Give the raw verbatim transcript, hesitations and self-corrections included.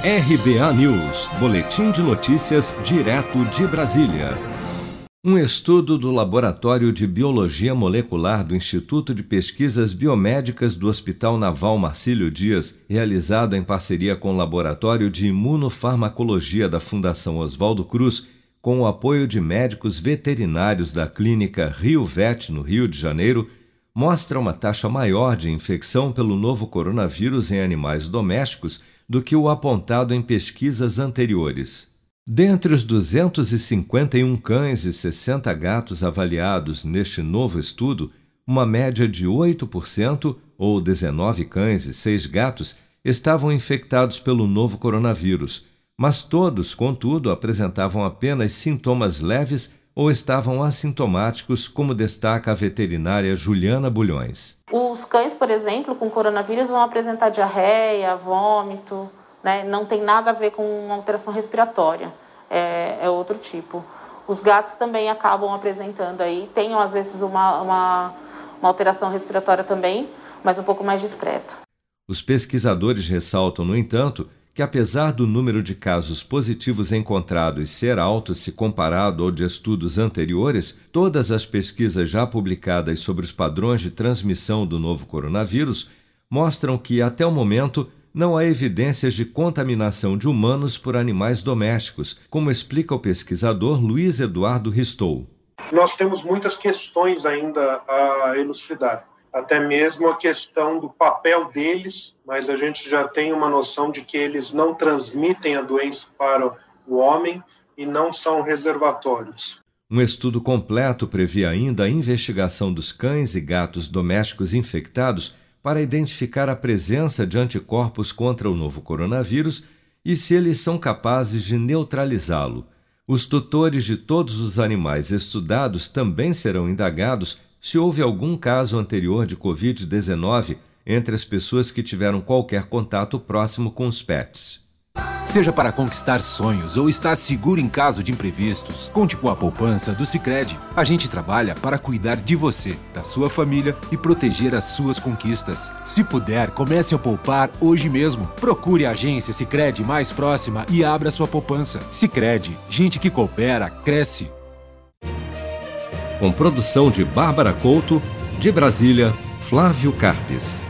R B A News, boletim de notícias direto de Brasília. Um estudo do Laboratório de Biologia Molecular do Instituto de Pesquisas Biomédicas do Hospital Naval Marcílio Dias, realizado em parceria com o Laboratório de Imunofarmacologia da Fundação Oswaldo Cruz, com o apoio de médicos veterinários da clínica Rio Vet, no Rio de Janeiro, mostra uma taxa maior de infecção pelo novo coronavírus em animais domésticos do que o apontado em pesquisas anteriores. Dentre os duzentos e cinquenta e um cães e sessenta gatos avaliados neste novo estudo, uma média de oito por cento, ou dezenove cães e seis gatos, estavam infectados pelo novo coronavírus, mas todos, contudo, apresentavam apenas sintomas leves ou estavam assintomáticos, como destaca a veterinária Juliana Bulhões. Os cães, por exemplo, com coronavírus vão apresentar diarreia, vômito, né? Não tem nada a ver com uma alteração respiratória, é, é outro tipo. Os gatos também acabam apresentando aí, tem às vezes uma, uma, uma alteração respiratória também, mas um pouco mais discreta. Os pesquisadores ressaltam, no entanto, que apesar do número de casos positivos encontrados ser alto se comparado ao de estudos anteriores, todas as pesquisas já publicadas sobre os padrões de transmissão do novo coronavírus mostram que, até o momento, não há evidências de contaminação de humanos por animais domésticos, como explica o pesquisador Luiz Eduardo Ristou. Nós temos muitas questões ainda a elucidar. Até mesmo a questão do papel deles, mas a gente já tem uma noção de que eles não transmitem a doença para o homem e não são reservatórios. Um estudo completo prevê ainda a investigação dos cães e gatos domésticos infectados para identificar a presença de anticorpos contra o novo coronavírus e se eles são capazes de neutralizá-lo. Os tutores de todos os animais estudados também serão indagados se houve algum caso anterior de covid dezenove entre as pessoas que tiveram qualquer contato próximo com os pets. Seja para conquistar sonhos ou estar seguro em caso de imprevistos, conte com a poupança do Sicredi. A gente trabalha para cuidar de você, da sua família e proteger as suas conquistas. Se puder, comece a poupar hoje mesmo. Procure a agência Sicredi mais próxima e abra sua poupança. Sicredi, gente que coopera, cresce. Com produção de Bárbara Couto, de Brasília, Flávio Carpes.